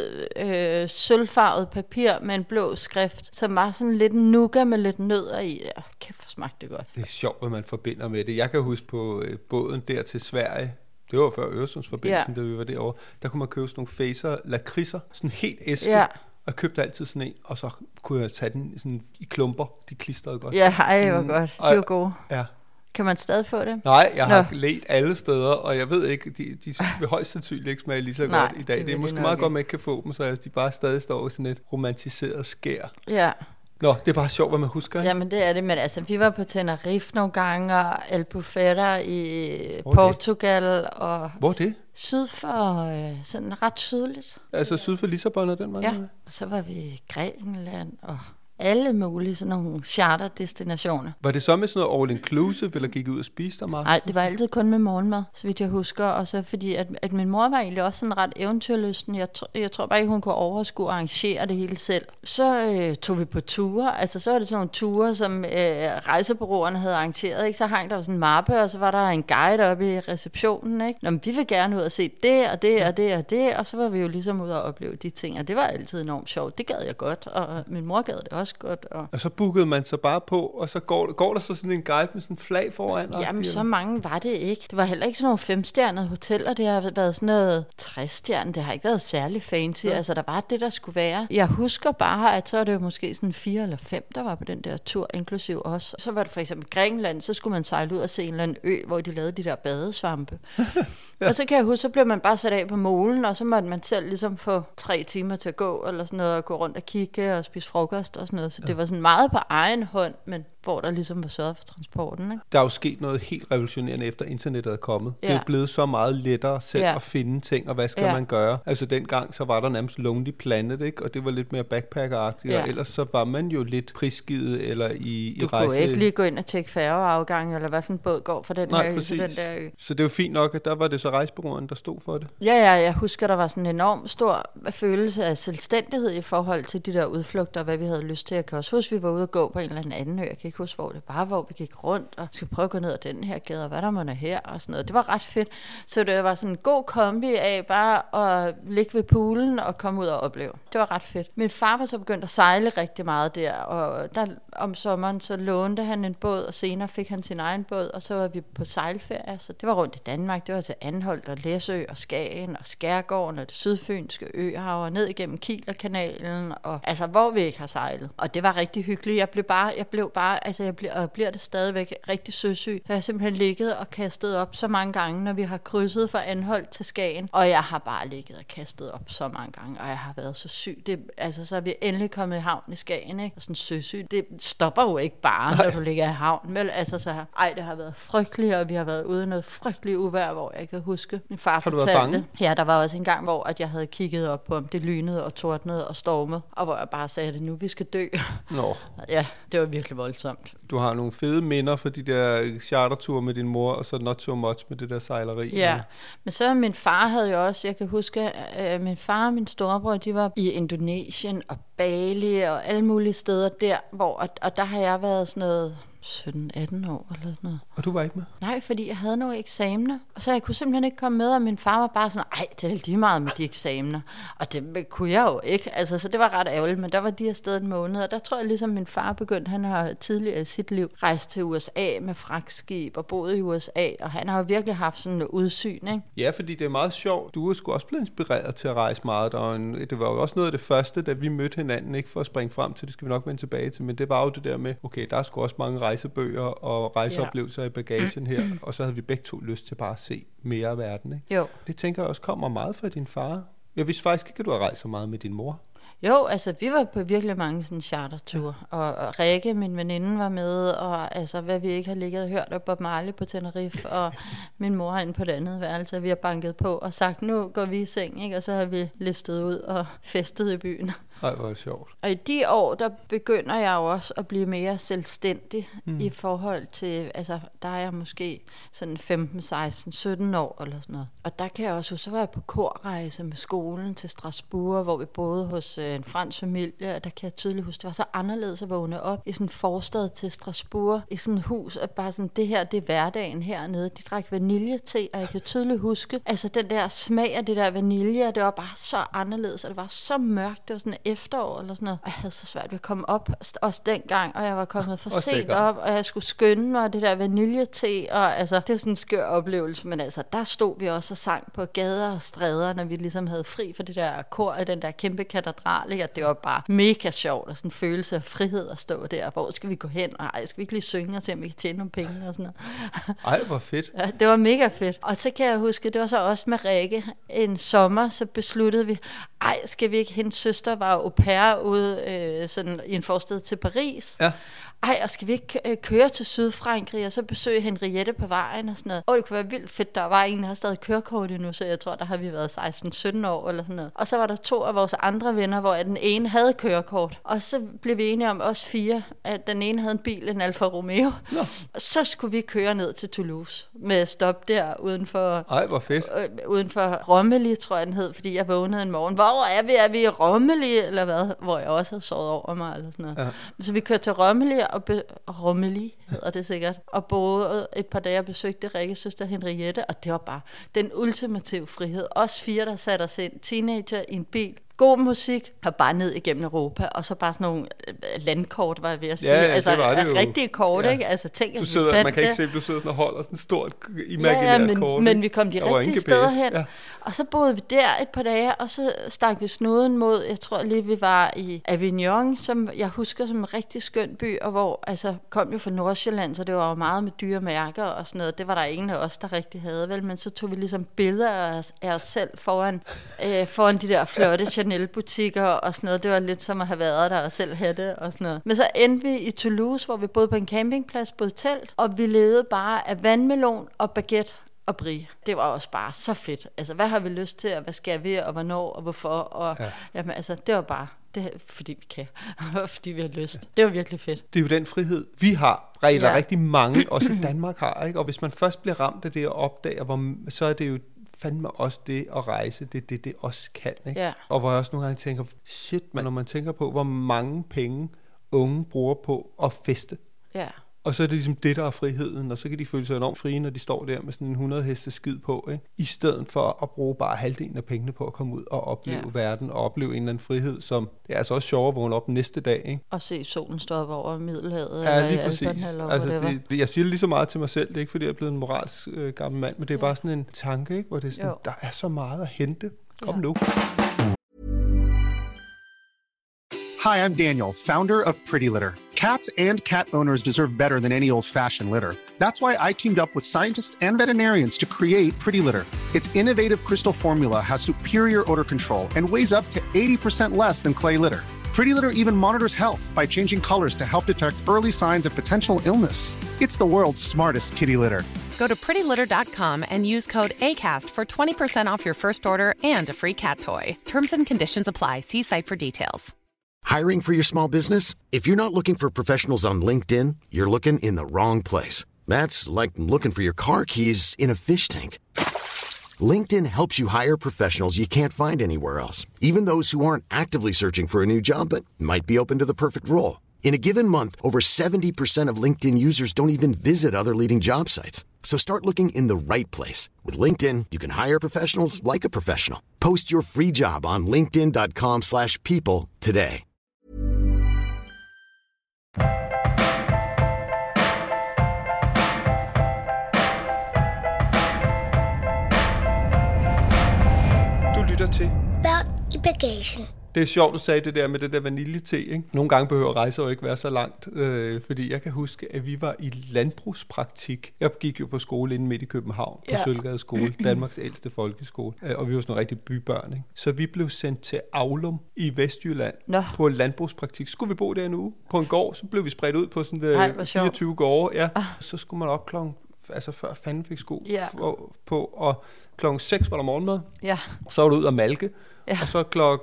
noget sølvfarvet papir med en blå skrift, som var sådan lidt nougat med lidt nødder i. Kæft, hvor smagte det godt. Det er sjovt, hvad man forbinder med det. Jeg kan huske på båden der til Sverige. Det var før Øresundsforbindelsen, da vi var derovre. Der kunne man købe sådan nogle Fazer lakridser, sådan helt æske. Ja. Og købte altid sådan en, og så kunne jeg tage den sådan i klumper. De klistrede godt. Ja, det var godt. De var gode. Ja. Kan man stadig få det? Nej, jeg har let alle steder, og jeg ved ikke, de vil højst sandsynligt ikke smage lige så godt i dag. Det er måske meget godt, man ikke kan få dem, så de bare stadig står i sådan et romantiseret skær. Ja. Nå, det er bare sjovt, hvad man husker, ikke? Jamen, det er det, men altså, vi var på Tenerife nogle gange, og Albufeira i Portugal, og... Hvor er det? Syd for, sådan ret sydligt. Altså syd for Lissabon og den vej? Ja, og så var vi i Grækenland, og alle mulige sådan nogle charterdestinationer. Var det så med sådan noget all-inclusive, eller gik I ud og spiste der meget? Nej, det var altid kun med morgenmad, så vidt jeg husker. Og så fordi, at min mor var egentlig også sådan ret eventyrlysten. Jeg tror bare ikke, hun kunne overskue at arrangere det hele selv. Så tog vi på ture. Altså, så var det sådan nogle ture, som rejsebureauerne havde arrangeret. Ikke? Så hang der sådan en mappe, og så var der en guide oppe i receptionen. Ikke? Nå, men vi vil gerne ud og se det, og det, og det, og det. Og så var vi jo ligesom ude og opleve de ting. Og det var altid enormt sjovt. Det gad jeg godt, og min mor gad det også godt. Og så bookede man sig bare på, og så går der så sådan en guide med sådan en flag foran? Jamen, så mange var det ikke. Det var heller ikke sådan nogle 5-stjernede hoteller. Det har været sådan noget 3-stjerne. Det har ikke været særlig fancy. Ja. Altså, der var det, der skulle være. Jeg husker bare, at så var det jo måske sådan 4 eller 5, der var på den der tur, inklusiv os. Så var det for eksempel Grækenland, så skulle man sejle ud og se en eller anden ø, hvor de lavede de der badesvampe. Ja. Og så kan jeg huske, så blev man bare sat af på molen, og så måtte man selv ligesom få 3 timer til at gå, eller sådan noget, og gå rundt og kigge og spise frokost og sådan noget. Så det var sådan meget på egen hånd, men hvor der ligesom var sørget for transporten. Ikke? Der er jo sket noget helt revolutionerende efter internettet er kommet. Ja. Det er blevet så meget lettere selv at finde ting, og hvad skal man gøre? Altså dengang, så var der nærmest Lonely Planet, ikke? Og det var lidt mere backpacker-agtigt, og ellers så var man jo lidt prisgivet eller i du rejse. Du kunne ikke lige gå ind og tjekke færgeafgang, eller hvad for en båd går for den her ø til den der ø. Så det er jo fint nok, at der var det så rejsebureauerne, der stod for det. Ja, jeg husker, der var sådan en enorm stor følelse af selvstændighed i forhold til de der udflugter, hvad vi havde lyst til. Jeg kan også huske, vi var ude og gå på en eller anden ø. Jeg kan ikke huske, hvor det var, hvor vi gik rundt og skulle prøve at gå ned ad den her gade, og hvad der måtte her og sådan noget. Det var ret fedt. Så det var sådan en god kombi af bare at ligge ved poolen og komme ud og opleve. Det var ret fedt. Min far var så begyndt at sejle rigtig meget der, og der om sommeren så lånte han en båd, og senere fik han sin egen båd, og så var vi på sejlferie. Så det var rundt i Danmark. Det var til Anholt og Læsø og Skagen og Skærgården og det sydfynske øhav og ned igennem Kielerkanalen, og altså hvor vi ikke har sejlet. Og det var rigtig hyggeligt. Jeg bliver det stadigvæk rigtig søsyg. Jeg har simpelthen ligget og kastet op så mange gange, når vi har krydset fra Anholt til Skagen, og jeg har bare ligget og kastet op så mange gange, og jeg har været så syg. Så er vi endelig kommet i havn i Skagen, ikke? Og sådan søsyg. Det stopper jo ikke bare, når du ligger i havn. Men altså det har været frygteligt, og vi har været ude i noget frygteligt uvejr, hvor jeg kan huske. Min far fortalte. Ja, der var også en gang, hvor at jeg havde kigget op på, om det lynede og tordnede og stormede, og hvor jeg bare sagde, at nu vi skal dø. Nå. Ja, det var virkelig voldsomt. Du har nogle fede minder for de der charterture med din mor, og så not so much med det der sejleri. Ja, men så min far havde jo også, jeg kan huske, at min far og min storebror, de var i Indonesien og Bali og alle mulige steder der, og der har jeg været sådan noget 17-18 år eller sådan noget. Og du var ikke med? Nej, fordi jeg havde nogle eksamener, og så jeg kunne simpelthen ikke komme med, og min far var bare sådan, ej, det er lige meget med de eksamener. Og det kunne jeg jo ikke, altså, så det var ret ærgerligt, men der var de afsted en måned, og der tror jeg ligesom min far begyndte, han har tidligere i sit liv rejst til USA med fragtskib og boet i USA, og han har jo virkelig haft sådan en udsyn, ikke? Ja, fordi det er meget sjovt. Du er sgu også blevet inspireret til at rejse meget, og det var jo også noget af det første, da vi mødte hinanden, ikke for at springe frem til, det skal vi nok vende tilbage til, men det var jo det der med, okay, der er sgu også mange rejsebøger og rejseoplevelser i bagagen her, og så havde vi begge to lyst til bare at se mere af verden, ikke? Jo. Det tænker jeg også kommer meget fra din far. Jeg vidste faktisk ikke, at du har rejst så meget med din mor. Jo, altså vi var på virkelig mange sådan charterture, og Rikke, min veninde, var med, og altså hvad vi ikke har ligget og hørt af Bob Marley på Tenerife, og min mor er inde på det andet værelse, og vi har banket på og sagt, nu går vi i seng, ikke? Og så har vi listet ud og festet i byen. Ej, hvor er det sjovt. Og i de år, der begynder jeg jo også at blive mere selvstændig i forhold til, altså der er jeg måske sådan 15, 16, 17 år eller sådan noget. Og der kan jeg også huske, så var jeg på korrejse med skolen til Strasbourg, hvor vi boede hos en fransk familie, og der kan jeg tydeligt huske, det var så anderledes at vågne op i sådan en forstad til Strasbourg, i sådan et hus, og bare sådan, det her, det er hverdagen hernede. De drak vanilje-te, og jeg kan tydeligt huske, altså den der smag af det der vanilje, det var bare så anderledes, og det var så mørkt, det var sådan efterår eller sådan noget. Og jeg havde så svært ved at komme op, også dengang, og jeg var kommet for sent op, og jeg skulle skynde mig det der vanilje-te, og altså, det er sådan en skør oplevelse, men altså, der stod vi også og sang på gader og stræder, når vi ligesom havde fri for det der kor i den der kæmpe katedral, ikke? Og det var bare mega sjovt, og sådan en følelse af frihed at stå der, hvor skal vi gå hen, og ej, skal vi ikke lige synge og se, om vi kan tjene nogle penge og sådan noget. Ej, hvor fedt. Ja, det var mega fedt. Og så kan jeg huske, det var så også med Rikke, en sommer, så besluttede vi, ej, skal vi ikke, hendes søster var au pair ude sådan i en forstad til Paris. Ja. Ej, og skal vi ikke køre til Sydfrankrig, og så besøge Henriette på vejen og sådan noget. Det kunne være vildt fedt. Der var en, der har stadig kørekort endnu, så jeg tror, der har vi været 16-17 år eller sådan noget. Og så var der 2 af vores andre venner, hvor den ene havde kørekort. Og så blev vi enige om os 4, at den ene havde en bil, en Alfa Romeo. Nå. Og så skulle vi køre ned til Toulouse med stop der uden for... Ej, hvor fedt. Uden for Rommeli, tror jeg den hed, fordi jeg vågnede en morgen. Hvor er vi? Er vi i Rommeli? Eller hvad? Hvor jeg også havde sovet over mig eller sådan noget. Ja. Så vi kørte til Rommeli, og Rommeli hedder det sikkert, og boede et par dage og besøgte Rikkes søster Henriette, og det var bare den ultimative frihed. Os 4, der satte os ind, teenager i en bil, god musik, og bare ned igennem Europa, og så bare sådan nogle landkort, var jeg ved at sige. Ja, altså, det var det jo. Rigtige kort, ja. Ikke? Altså, tænk, du sidder, man kan ikke se, at du sidder sådan og holder sådan et stort imaginært kort. Men vi kom de rigtige steder hen. Ja. Og så boede vi der et par dage, og så stak vi snuden mod, jeg tror lige, vi var i Avignon, som jeg husker som en rigtig skøn by, og hvor, altså, kom jo fra Nordsjælland, så det var jo meget med dyre mærker og sådan noget. Det var der ingen af os, der rigtig havde, vel? Men så tog vi ligesom billeder af os selv foran de der flotte Chanel-butikker og sådan noget. Det var lidt som at have været der og selv have det og sådan noget. Men så endte vi i Toulouse, hvor vi boede på en campingplads, boede telt, og vi levede bare af vandmelon og baguette og brie. Det var også bare så fedt. Altså, hvad har vi lyst til, og hvad skal vi, og hvornår, og hvorfor? Og jamen, altså, det var bare, det, fordi vi kan, og fordi vi har lyst. Det var virkelig fedt. Det er jo den frihed, vi har. Rigtig mange, også i Danmark har, ikke? Og hvis man først bliver ramt af det og opdager, så er det jo fandme også det at rejse, det også kan, ikke? Ja. Og hvor jeg også nogle gange tænker, shit, man, når man tænker på, hvor mange penge unge bruger på at feste. Ja. Og så er det ligesom det, der er friheden, og så kan de føle sig enormt frie, når de står der med sådan en 100 heste skid på, ikke? I stedet for at bruge bare halvdelen af pengene på at komme ud og opleve verden, og opleve en eller anden frihed, som det er altså også sjovere at vågne op næste dag, ikke? Og se solen stå op over Middelhavet. Ja, lige præcis. Altså, jeg siger det lige så meget til mig selv, det er ikke fordi, jeg er blevet en moralsk gammel mand, men det er bare sådan en tanke, ikke? Hvor det er sådan, der er så meget at hente. Kom nu. Hi, I'm Daniel, founder of Pretty Litter. Cats and cat owners deserve better than any old-fashioned litter. That's why I teamed up with scientists and veterinarians to create Pretty Litter. Its innovative crystal formula has superior odor control and weighs up to 80% less than clay litter. Pretty Litter even monitors health by changing colors to help detect early signs of potential illness. It's the world's smartest kitty litter. Go to prettylitter.com and use code ACAST for 20% off your first order and a free cat toy. Terms and conditions apply. See site for details. Hiring for your small business? If you're not looking for professionals on LinkedIn, you're looking in the wrong place. That's like looking for your car keys in a fish tank. LinkedIn helps you hire professionals you can't find anywhere else, even those who aren't actively searching for a new job but might be open to the perfect role. In a given month, over 70% of LinkedIn users don't even visit other leading job sites. So start looking in the right place. With LinkedIn, you can hire professionals like a professional. Post your free job on linkedin.com/people today. Du lytter til Børn i bagagen. Det er sjovt, du sagde det der med det der vanilje-te, ikke? Nogle gange behøver rejser jo ikke være så langt, fordi jeg kan huske, at vi var i landbrugspraktik. Jeg gik jo på skole inde midt i København, på Sølvgade skole, Danmarks ældste folkeskole, og vi var sådan nogle rigtig bybørn, ikke? Så vi blev sendt til Aulum i Vestjylland på landbrugspraktik. Skulle vi bo der en uge på en gård, så blev vi spredt ud på sådan 24 gårde. Ja. Så skulle man op før fanden fik sko på, og 6 var der morgenmad. Ja. Så var du ud og malke. Ja. Og så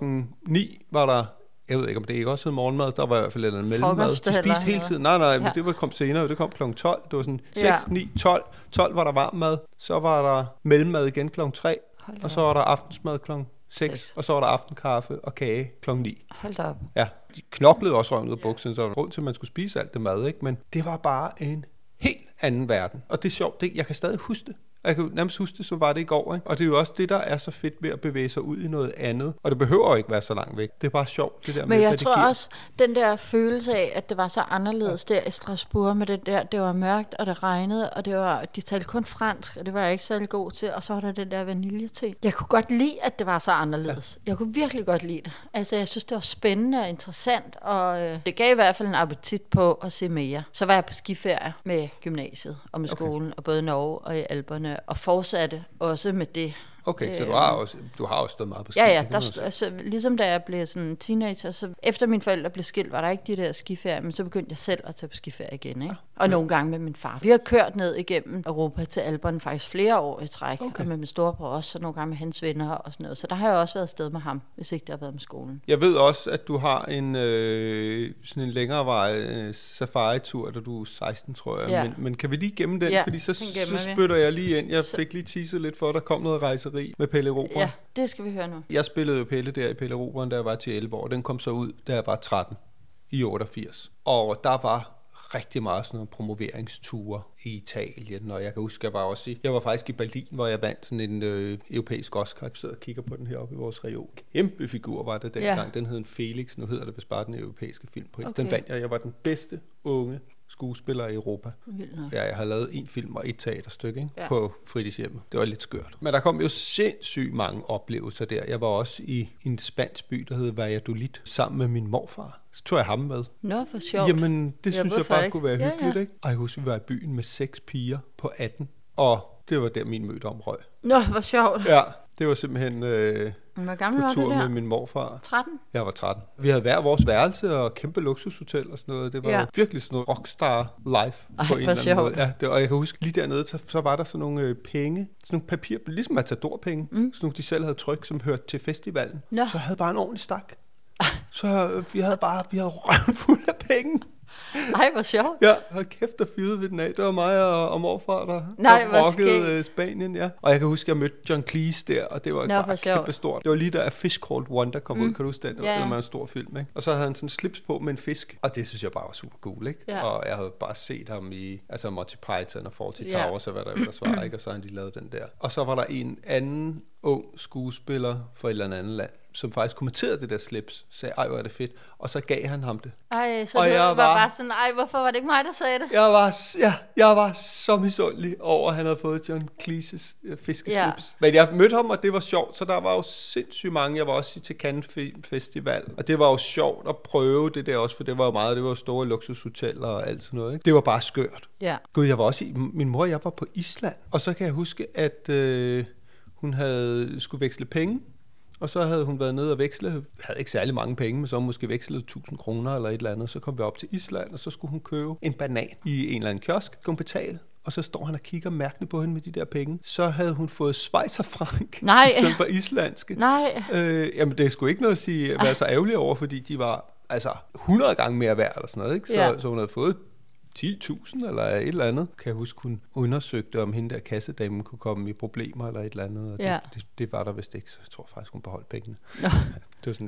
9 var der, jeg ved ikke om det ikke også hed morgenmad, der var i hvert fald en mellemmad. De spiste hele tiden. Nej, men det kom senere, det kom 12. Det var sådan 6, 9, 12. 12 var der varm mad, så var der mellemmad igen 3, og så var der aftensmad 6, og så var der aftenkaffe og kage 9. Hold da op. Ja, de knoklede også røven ud af bukserne, så var der grund til, at man skulle spise alt det mad, ikke? Men det var bare en helt anden verden. Og det er sjovt, jeg kan stadig huske det. Jeg kan nærmest huske det, så var det i går, ikke? Og det er jo også det, der er så fedt ved at bevæge sig ud i noget andet. Og det behøver jo ikke være så langt væk. Det er bare sjovt, det der med, men jeg tror også, den der følelse af, at det var så anderledes der i Strasbourg med det der, det var mørkt, og det regnede, og de talte kun fransk, og det var jeg ikke særlig god til, og så var der den der vanilje-te. Jeg kunne godt lide, at det var så anderledes. Ja. Jeg kunne virkelig godt lide det. Altså, jeg synes, det var spændende og interessant, og det gav i hvert fald en appetit på at se mere. Så var jeg på skiferie med gymnasiet og med skolen, og både i Norge og i Alperne, og fortsatte også med det. Okay, så du har også stået meget på ski. Ja, altså, ligesom da jeg blev sådan teenager, så efter mine forældre blev skilt, var der ikke de der skiferie, men så begyndte jeg selv at tage på skiferie igen, ikke? Og nogle gange med min far. Vi har kørt ned igennem Europa til Alperne faktisk flere år i træk, og med min storebror også, og nogle gange med hans venner og sådan noget. Så der har jeg også været afsted med ham, hvis ikke det har været med skolen. Jeg ved også, at du har sådan en længerevarende safari-tur, da du er 16, tror jeg. Ja. Men kan vi lige gemme den? Fordi så spytter jeg lige ind. Jeg fik lige teaset lidt for, at der kom noget rejseri med Pelle Erobreren. Ja, det skal vi høre nu. Jeg spillede jo Pelle der i Pelle Erobreren, da jeg var til 11 år. Den kom så ud, da jeg var 13 i 88. Og der var rigtig meget sådan nogle promoveringsture i Italien, og jeg kan huske, jeg var faktisk i Berlin, hvor jeg vandt sådan en europæisk Oscar. Jeg sidder og kigger på den her oppe i vores region. Kæmpe figur var det dengang. Den hed en Felix, nu hedder det vist bare den europæiske filmpris. Den vandt jeg var den bedste unge skuespiller i Europa. Ja, jeg har lavet 1 film og 1 teaterstykke, ikke? På fritidshjemmet. Det var lidt skørt. Men der kom jo sindssygt mange oplevelser der. Jeg var også i en spansk by, der hed Valladolid, sammen med min morfar. Så tog jeg ham med. Nå, for sjovt. Jamen, det synes jeg bare kunne være hyggeligt, ikke? Og jeg husker, vi var i byen med 6 piger på 18, og det var der, min møde om røg. Nå, hvor sjovt. Ja, det var simpelthen hvor gammel på tur var du der? Med min morfar. 13? Jeg var 13. Vi havde hver vores værelse og kæmpe luksushotel og sådan noget. Det var jo virkelig sådan noget rockstar life på en eller anden måde. Ja, og jeg kan huske, lige dernede, så var der sådan nogle penge, sådan nogle papir, ligesom Matador-penge, sådan nogle, de selv havde trykt, som hørte til festivalen. Nå. Så jeg havde bare en ordentlig stak. Så vi havde røven fuld af penge. Ej, hvor sjovt. Ja, hold kæft, der fyrede ved den af. Det var mig og morfar, der rockede Spanien, ja. Og jeg kan huske, at jeg mødte John Cleese der, og det var bare kæmpe stort. Det var lige der, A Fish Called Wanda kom ud, kan du huske den? Det var en stor film, ikke? Og så havde han sådan slips på med en fisk, og det synes jeg bare var super cool, ikke? Ja. Og jeg havde bare set ham i, Monty Python og Fawlty Towers, og hvad der ellers var, ikke? Og så havde de lavet den der. Og så var der en anden ung skuespiller fra et eller andet land, som faktisk kommenterede det der slips, sagde, ej, hvor er det fedt, og så gav han ham det. Ej, så jeg var bare sådan, ej, hvorfor var det ikke mig, der sagde det? Jeg var så misundelig over, at han havde fået John Cleese's fiskeslips. Ja. Men jeg mødte ham, og det var sjovt, så der var jo sindssygt mange. Jeg var også til Cannes Film Festival, og det var jo sjovt at prøve det der også, for det var jo meget, det var jo store luksushoteller og alt sådan noget, ikke? Det var bare skørt. Ja. Gud, jeg var også min mor og jeg var på Island, og så kan jeg huske, at hun skulle veksle penge, og så havde hun været nede og veksle, havde ikke særlig mange penge, men så måske vekslet 1000 kroner eller et eller andet. Så kom vi op til Island, og så skulle hun købe en banan i en eller anden kiosk. Kunne hun betale, og så står han og kigger mærkeligt på hende med de der penge. Så havde hun fået schweizerfranc i stedet for islandske. Nej. Jamen, det er sgu ikke noget at være så ærgerlig over, fordi de var 100 gange mere værd eller sådan noget, ikke? Så hun havde fået 10.000 eller et eller andet. Kan jeg huske, hun undersøgte, om hende der kassedamen kunne komme i problemer eller et eller andet. Og det var der vist ikke, så jeg tror faktisk, hun beholdt pengene. Ja, det var sådan lidt.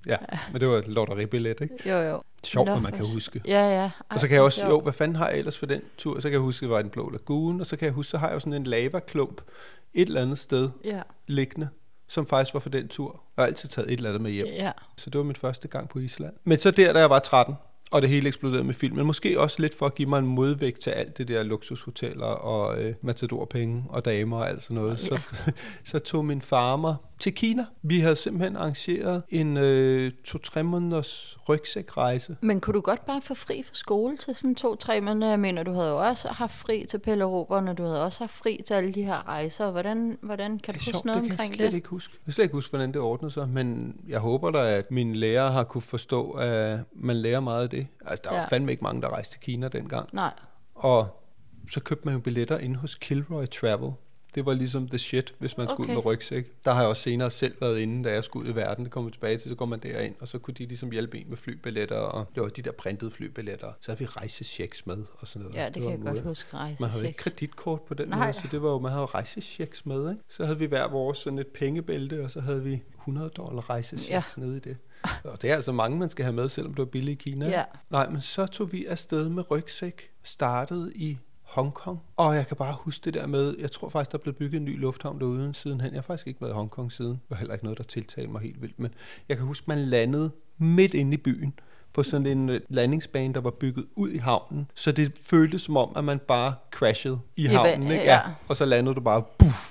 Ja, men det var et lotteribillet, ikke? Jo. Sjovt, hvad man kan huske. Ja. Og så kan jeg også, hvad fanden har jeg ellers for den tur? Så kan jeg huske, at det var en blå lagune, og så kan jeg huske, så har jeg jo sådan en lavaklump et eller andet sted liggende, som faktisk var for den tur. Jeg har altid taget et eller andet med hjem. Ja. Så det var min første gang på Island. Men så da jeg var 13, og det hele eksploderede med film, men måske også lidt for at give mig en modvægt til alt det der luksushoteller og matadorpenge og damer og alt sådan noget. Ja. Så tog min far mig til Kina. Vi havde simpelthen arrangeret en 2-3 måneders rygsækrejse. Men kunne du godt bare få fri fra skole til sådan 2-3 måneder? Jeg mener, du havde jo også haft fri til Pelle Robert, og du havde også haft fri til alle de her rejser. Hvordan kan du huske noget omkring det? Det kan jeg slet ikke huske. Jeg kan slet ikke huske, hvordan det ordnede sig, men jeg håber da, at mine lærere har kunne forstå, at man lærer meget af det. Altså, der var fandme ikke mange, der rejste til Kina dengang. Nej. Og så købte man jo billetter inde hos Kilroy Travel. Det var ligesom the shit, hvis man skulle ud med rygsæk. Der har jeg også senere selv været inde, da jeg skulle ud i verden. Det kommer tilbage til, så går man derind, og så kunne de ligesom hjælpe en med flybilletter, og det var de der printede flybilletter. Så havde vi rejsechecks med, og sådan noget. Ja, det kan jeg godt huske, rejsechecks. Man havde ikke kreditkort på den måde, så det var jo, man havde rejsechecks med, ikke? Så havde vi hver vores sådan et pengebælte, og så havde vi $100 rejsechecks nede i det. Og det er altså mange, man skal have med, selvom det var billigt i Kina. Ja. Nej, men så tog vi afsted med rygsæk, startede i Hongkong. Og jeg kan bare huske det der med, jeg tror faktisk, der er blevet bygget en ny lufthavn derude sidenhen. Jeg har faktisk ikke været i Hongkong siden. Det var heller ikke noget, der tiltalte mig helt vildt. Men jeg kan huske, man landede midt inde i byen på sådan en landingsbane, der var bygget ud i havnen. Så det føltes som om, at man bare crashede i havnen. Ikke? Ja. Og så landede du bare,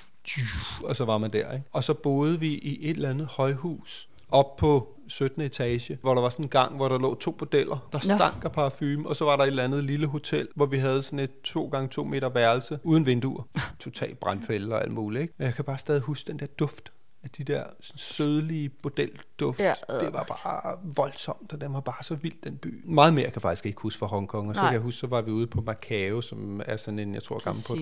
og så var man der. Ikke? Og så boede vi i et eller andet højhus op på 17. etage, hvor der var sådan en gang, hvor der lå 2 bordeller, der stank af parfume, og så var der et eller andet lille hotel, hvor vi havde sådan et 2x2 meter værelse, uden vinduer, totalt brandfælder og alt muligt, ikke? Men jeg kan bare stadig huske den der duft af de der sådan sødlige bordelduft. Ja, det var bare voldsomt, og den var bare så vild, den by. Meget mere kan jeg faktisk ikke huske fra Hongkong, og så kan jeg huske, så var vi ude på Macau, som er sådan en, jeg tror,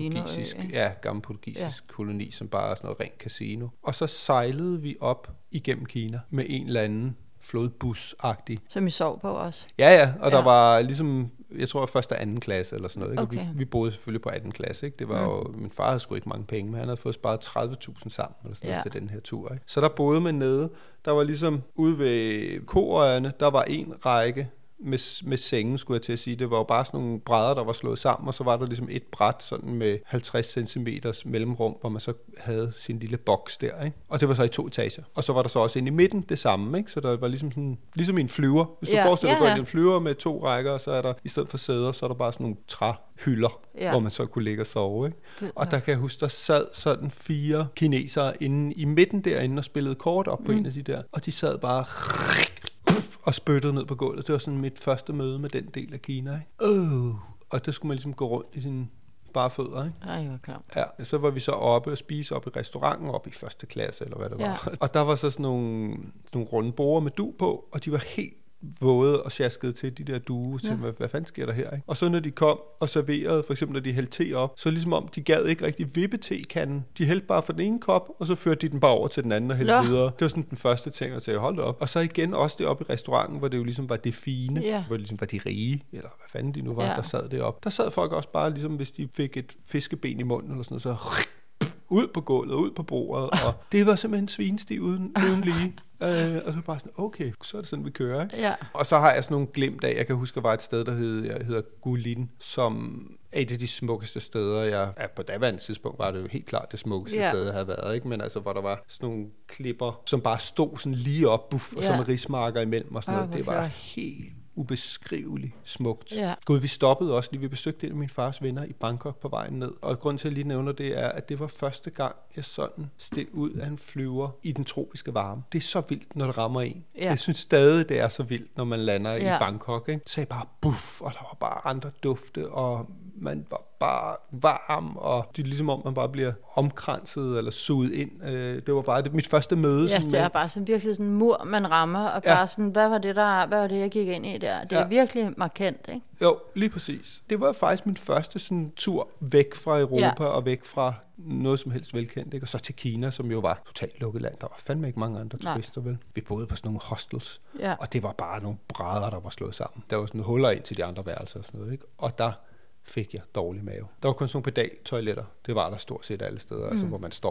gammel portugisisk koloni, som bare er sådan noget rent casino. Og så sejlede vi op igennem Kina med en eller anden flodbus-agtig. Som I sov på også? Ja, og der var ligesom, jeg tror, første og anden klasse eller sådan noget. Ikke? Okay. Vi boede selvfølgelig på 18. klasse. Ikke? Det var jo, min far havde sgu ikke mange penge, men han havde fået sparet 30.000 sammen eller sådan noget til den her tur. Ikke? Så der boede man nede. Der var ligesom ude ved koøjerne, der var en række med sengen, skulle jeg til at sige. Det var jo bare sådan nogle brædder, der var slået sammen, og så var der ligesom et bræt sådan med 50 cm mellemrum, hvor man så havde sin lille boks der, ikke? Og det var så i 2 etager. Og så var der så også inde i midten det samme, ikke? Så der var ligesom sådan, ligesom i en flyver. Hvis du forestiller dig, en flyver med 2 rækker, så er der i stedet for sæder, så er der bare sådan nogle træhylder, hvor man så kunne ligge og sove, ikke? Og der kan jeg huske, der sad sådan 4 kinesere inde i midten derinde og spillede kort op på en af de der, og de sad bare og spyttede ned på gulvet. Det var sådan mit første møde med den del af Kina, ikke? Og der skulle man ligesom gå rundt i sine bare fødder, ikke? Ej, jeg var klar. Ja, så var vi så oppe og spise op i restauranten, op i første klasse, eller hvad det var. Og der var så sådan nogle runde borde med dug på, og de var helt våde og sjaskede til de der duer, til hvad fanden sker der her, ikke? Og så når de kom og serverede, for eksempel når de hældte te op, så ligesom om de gad ikke rigtig vippe tekanden. De hældte bare fra den ene kop, og så førte de den bare over til den anden og hældte videre. Det var sådan den første ting, at holde op. Og så igen også det op i restauranten, hvor det jo ligesom var det fine, hvor det ligesom var de rige, eller hvad fanden de nu var, der sad det op. Der sad folk også bare ligesom, hvis de fik et fiskeben i munden eller sådan noget, så ud på gulvet, ud på bordet, og det var simpelthen svinstiv uden lige. Og så bare sådan, okay, så er det sådan, vi kører, ikke? Ja. Og så har jeg sådan nogle glimt af, jeg kan huske, at der var et sted, der hedder Gulin, som er et af de smukkeste steder, på daværende tidspunkt var det jo helt klart det smukkeste sted, jeg havde været, ikke? Men altså, hvor der var sådan nogle klipper, som bare stod sådan lige op, og så med rismarker imellem og sådan noget. Det var helt ubeskriveligt smukt. Ja. Gud, vi stoppede også lige. Vi besøgte en af mine fars venner i Bangkok på vejen ned. Og grunden til, at jeg lige nævner det, er, at det var første gang, jeg sådan steg ud af en flyver i den tropiske varme. Det er så vildt, når det rammer en. Ja. Jeg synes stadig, det er så vildt, når man lander i Bangkok. Ikke? Så jeg bare buff, og der var bare andre dufte, og man var bare varm, og det er ligesom om, man bare bliver omkranset eller suget ind. Det var bare mit første møde. Ja, det er bare sådan virkelig sådan en mur, man rammer, og bare sådan, hvad var det, jeg gik ind i der? Det er virkelig markant, ikke? Jo, lige præcis. Det var faktisk min første sådan tur væk fra Europa og væk fra noget som helst velkendt, ikke? Og så til Kina, som jo var totalt lukket land. Der var fandme ikke mange andre turister, vel? Vi boede på sådan nogle hostels, og det var bare nogle brædder, der var slået sammen. Der var sådan huller ind til de andre værelser og sådan noget, ikke? Og der fik jeg dårlig mave. Der var kun sådan nogle pedaltoiletter. Det var der stort set alle steder, altså hvor man står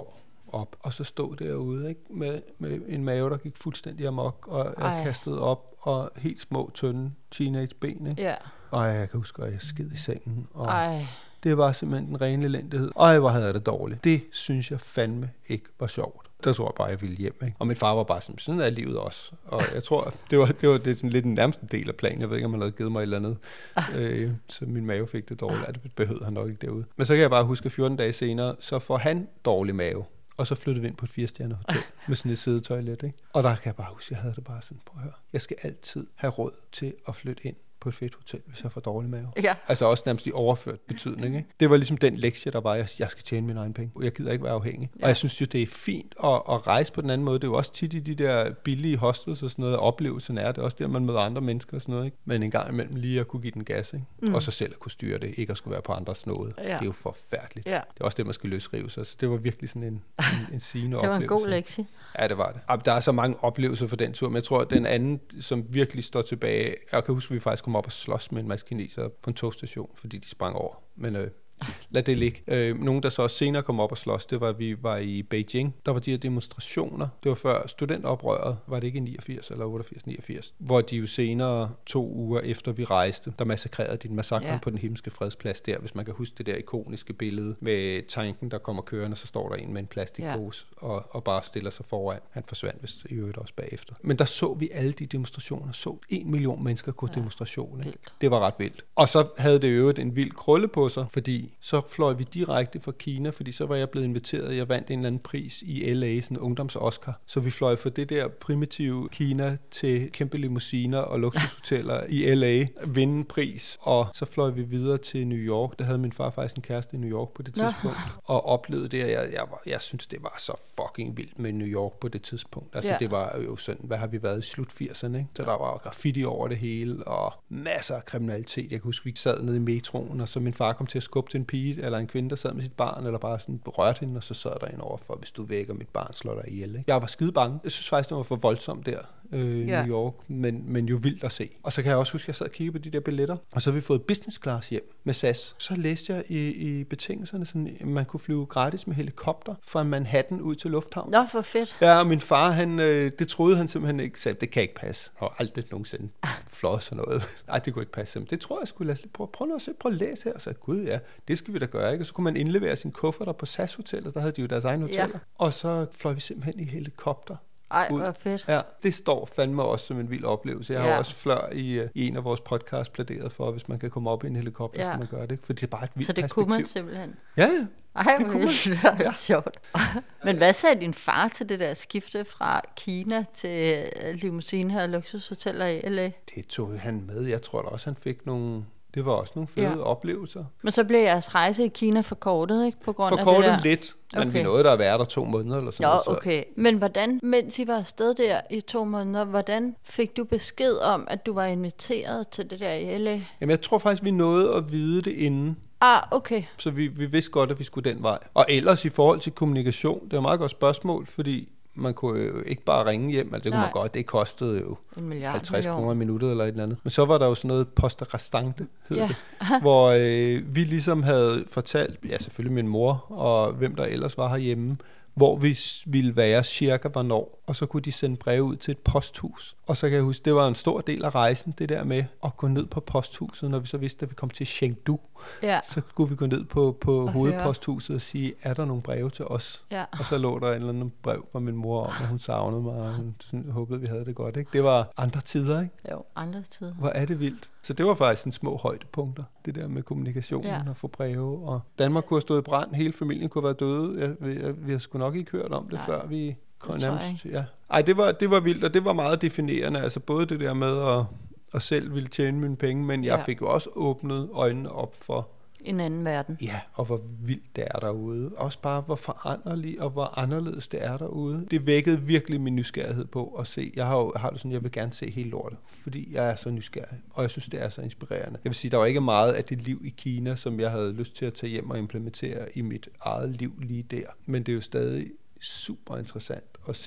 op. Og så stod derude, ikke? Med en mave, der gik fuldstændig amok, og jeg kastede op, og helt små, tynde teenage-ben, ikke? Ja. Og jeg kan huske, at jeg sked i sengen. Og det var simpelthen den rene elendighed. Hvor havde jeg det dårligt. Det synes jeg fandme ikke var sjovt. Der tror jeg bare, jeg ville hjem, ikke? Og min far var bare sådan er livet også. Og jeg tror, det var sådan lidt den nærmeste del af planen. Jeg ved ikke, om han havde givet mig et eller andet. Så min mave fik det dårligt. Det behøvede han nok ikke derude. Men så kan jeg bare huske, at 14 dage senere, så får han dårlig mave. Og så flyttede vi ind på et 4-stjernet hotel med sådan et sædetoilet, ikke? Og der kan jeg bare huske, at jeg havde det bare sådan, prøv at høre. Jeg skal altid have råd til at flytte ind på et fedt hotel, hvis jeg får dårlig mave. Ja. Altså også nærmest i overført betydning, ikke? Det var ligesom den lektie, der var, jeg skal tjene mine egne penge. Jeg gider ikke være afhængig. Ja. Og jeg synes jo, det er fint at rejse på den anden måde. Det er jo også tit i de der billige hostels og sådan noget, oplevelsen er det. Også der, man møder andre mennesker og sådan noget, ikke? Men en gang imellem lige at kunne give den gas, ikke? Og så selv at kunne styre det, ikke at skulle være på andres nåde. Ja. Det er jo forfærdeligt. Ja. Det er også det, man skal løsrive sig. Så det var virkelig sådan en sigende oplevelse. Det var en god lektie. Ja, det var det. Der er så mange oplevelser for den tur, men jeg tror, at den anden, som virkelig står tilbage, jeg kan huske, at vi faktisk kom op og slås med en masse kinesere på en togstation, fordi de sprang over. Men lad det ligge. Nogen, der så også senere kom op og slås, det var, vi var i Beijing. Der var de her demonstrationer. Det var før studentoprøret, var det ikke i 89 eller 88-89, hvor de jo senere 2 uger efter vi rejste, der massakrerede de massakren på den himmelske fredsplads der, hvis man kan huske det der ikoniske billede med tanken, der kommer kørende, så står der en med en plastikpose og bare stiller sig foran. Han forsvandt vist i øvrigt også bagefter. Men der så vi alle de demonstrationer, så 1 million mennesker gå demonstrationer. Det var ret vildt. Og så havde det øvrigt en vild krølle på sig, fordi så fløj vi direkte fra Kina, fordi så var jeg blevet inviteret. Jeg vandt en eller anden pris i LA, sådan en ungdoms-Oscar. Så vi fløj fra det der primitive Kina til kæmpe limousiner og luksushoteller i LA, vinde en pris. Og så fløj vi videre til New York. Der havde min far faktisk en kæreste i New York på det tidspunkt. Og oplevede det, jeg synes, det var så fucking vildt med New York på det tidspunkt. Altså det var jo sådan, hvad har vi været i slut 80'erne, ikke? Så der var graffiti over det hele, og masser af kriminalitet. Jeg kan huske, vi sad nede i metroen, og så min far kom til at skubbe til en pige, eller en kvinde, der sad med sit barn, eller bare sådan rørte hende, og så sad der en overfor, hvis du vækker mit barn, slår dig ihjel, ikke? Jeg var skide bange. Jeg synes faktisk, det var for voldsomt der i New York, men jo vildt at se. Og så kan jeg også huske, at jeg sad og kiggede på de der billetter, og så har vi fået business class hjem med SAS. Så læste jeg i betingelserne, sådan, at man kunne flyve gratis med helikopter fra Manhattan ud til lufthavnen. Nå, for fedt. Ja, og min far, det troede han simpelthen ikke selv. Det kan ikke passe. Og aldrig nogensinde fløjet sådan noget. Ej, det kunne ikke passe. Det tror jeg skulle lade os prøve at læse her. Og så gud ja, det skal vi da gøre, ikke? Og så kunne man indlevere sin kufferter på SAS-hotellet. Der havde de jo deres egne hoteller. Ja. Og så fløj vi simpelthen i helikopter. Ej, hvor fedt. Ja, det står fandme også som en vild oplevelse. Jeg har også før i en af vores podcasts plæderet for, hvis man kan komme op i en helikopter, så man gør det. For det er bare et vildt perspektiv. Så det kunne man simpelthen? Ja. Ej, det kunne man. Ja. Sjovt. Men hvad sagde din far til det der skifte fra Kina til limousine og luksushoteller i LA? Det tog han med. Jeg tror da også, han fik nogle... Det var også nogle fede oplevelser. Men så blev jeres rejse i Kina forkortet, ikke? På grund af det der? Forkortet lidt, men vi nåede der at være der 2 måneder eller sådan noget. Ja, okay. Men hvordan, mens I var afsted der i 2 måneder, hvordan fik du besked om, at du var inviteret til det der i LA? Jamen, jeg tror faktisk, vi nåede at vide det inden. Okay. Så vi vidste godt, at vi skulle den vej. Og ellers i forhold til kommunikation, det er et meget godt spørgsmål, fordi... Man kunne jo ikke bare ringe hjem, altså det kunne man godt, det kostede jo 50 kroner i minuttet eller et eller andet. Men så var der jo sådan noget poste restante, hed det, hvor vi ligesom havde fortalt, selvfølgelig min mor og hvem der ellers var herhjemme, hvor vi ville være cirka hvornår, og så kunne de sende breve ud til et posthus. Og så kan jeg huske, det var en stor del af rejsen, det der med at gå ned på posthuset, når vi så vidste, at vi kom til Chengdu. Ja. Så kunne vi gå ned på hovedposthuset og sige, er der nogle breve til os? Ja. Og så lå der en eller anden brev fra min mor om, at hun savnede mig, og hun håbede, at vi havde det godt. Ikke? Det var andre tider, ikke? Jo, andre tider. Hvor er det vildt. Så det var faktisk en små højdepunkter, det der med kommunikationen og få breve. Og Danmark kunne have stået i brand, hele familien kunne have været døde. Vi har sgu nok ikke hørt om det, før vi kom nærmest. Ja. Ej, det var vildt, og det var meget definerende. Altså både det der med at selv ville tjene mine penge, men jeg fik jo også åbnet øjnene op for en anden verden. Ja, og hvor vildt det er derude. Også bare, hvor foranderligt og hvor anderledes det er derude. Det vækkede virkelig min nysgerrighed på at se. Jeg har det sådan, jeg vil gerne se hele lortet, fordi jeg er så nysgerrig, og jeg synes, det er så inspirerende. Jeg vil sige, der var ikke meget af det liv i Kina, som jeg havde lyst til at tage hjem og implementere i mit eget liv lige der. Men det er jo stadig super interessant at se.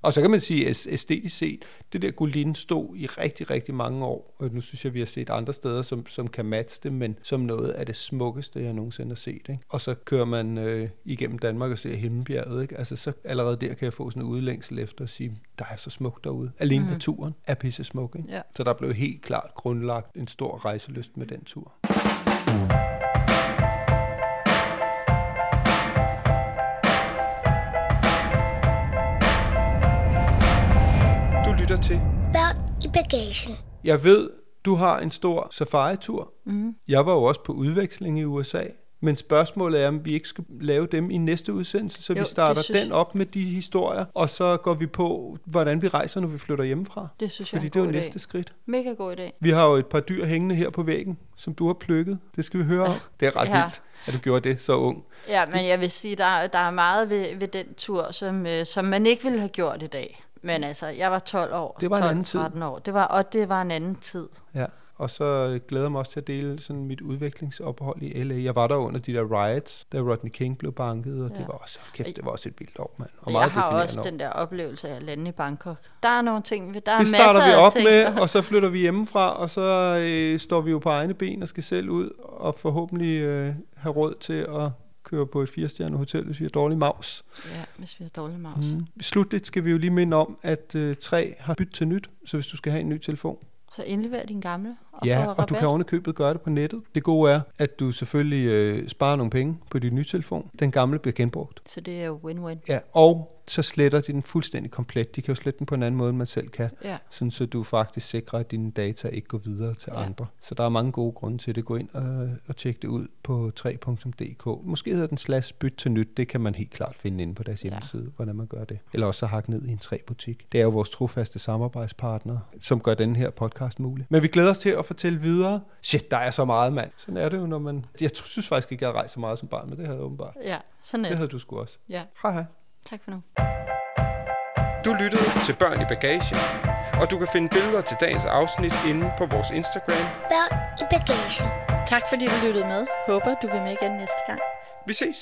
Og så kan man sige, at æstetisk set, det der Goldin stod i rigtig, rigtig mange år, og nu synes jeg, vi har set andre steder, som kan matche det, men som noget af det smukkeste, jeg nogensinde har set. Ikke? Og så kører man igennem Danmark og ser Himmelbjerget. Ikke? Altså, så allerede der kan jeg få sådan en udlængsel efter at sige, der er så smukt derude. Alene naturen er pisse smuk. Ikke? Ja. Så der blev helt klart grundlagt en stor rejselyst med den tur. Lytter til Børn i bagagen. Jeg ved, du har en stor safari-tur. Jeg var jo også på udveksling i USA. Men spørgsmålet er, om vi ikke skal lave dem i næste udsendelse, så vi starter den op med de historier, og så går vi på, hvordan vi rejser, når vi flytter hjemmefra. Det synes jeg fordi det er jo næste skridt. Mega god idé. Vi har jo et par dyr hængende her på væggen, som du har plukket. Det skal vi høre om. Det er ret vildt, at du gjorde det så ung. Ja, men jeg vil sige, der er meget ved den tur, som man ikke ville have gjort i dag. Men altså, jeg var 12 år. Det var 12, en anden tid. 13 år. Det var en anden tid. Ja. Og så glæder jeg mig også til at dele sådan mit udviklingsophold i LA. Jeg var der under de der riots, da Rodney King blev banket, og det var også, det var også et vildt år, mand. Og jeg har også den der oplevelse af at lande i Bangkok. Der er nogle ting, der er det masser af ting. Det starter vi op med, og så flytter vi hjemmefra, og så står vi jo på egne ben og skal selv ud, og forhåbentlig have råd til at køre på et 4-stjernet hotel, hvis vi har dårlig maus. Ja, hvis vi har dårlig maus. Slutligt skal vi jo lige minde om, at 3 har byttet til nyt, så hvis du skal have en ny telefon, så indlever din gamle og ja, og du kan ovenikøbet gøre det på nettet. Det gode er, at du selvfølgelig sparer nogle penge på din nye telefon. Den gamle bliver genbrugt. Så det er jo win-win. Ja, og så sletter de den fuldstændig komplet. De kan jo slette den på en anden måde, end man selv kan. Ja. Sådan så du faktisk sikrer, at dine data ikke går videre til andre. Så der er mange gode grunde til det. Gå ind og tjek det ud på 3.dk. Måske hedder den /byt til nyt. Det kan man helt klart finde inde på deres hjemmeside, hvordan man gør det. Eller også så hak ned i en 3-butik. Det er jo vores trofaste samarbejdspartnere, som gør den her podcast mulig. Men vi glæder os til at fortælle videre. Shit, der er så meget, mand. Sådan er det jo, når man... Jeg synes faktisk ikke, jeg havde rejst så meget som barn, men det havde jeg åbenbart. Ja, sådan er det havde du sgu også. Ja. Hej hej. Tak for nu. Du lyttede til Børn i bagagen, og du kan finde billeder til dagens afsnit inde på vores Instagram. Børn i bagagen. Tak fordi du lyttede med. Håber du vil med igen næste gang. Vi ses.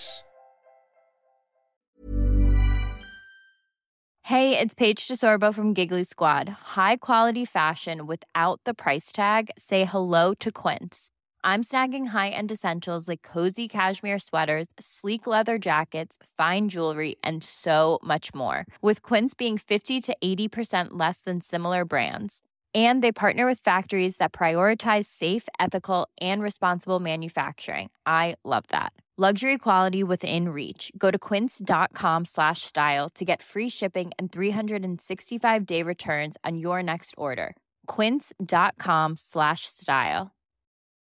Hey, it's Paige DeSorbo from Giggly Squad. High quality fashion without the price tag. Say hello to Quince. I'm snagging high-end essentials like cozy cashmere sweaters, sleek leather jackets, fine jewelry, and so much more. With Quince being 50 to 80% less than similar brands. And they partner with factories that prioritize safe, ethical, and responsible manufacturing. I love that. Luxury quality within reach. Go to quince.com/style to get free shipping and 365-day returns on your next order. Quince.com/style.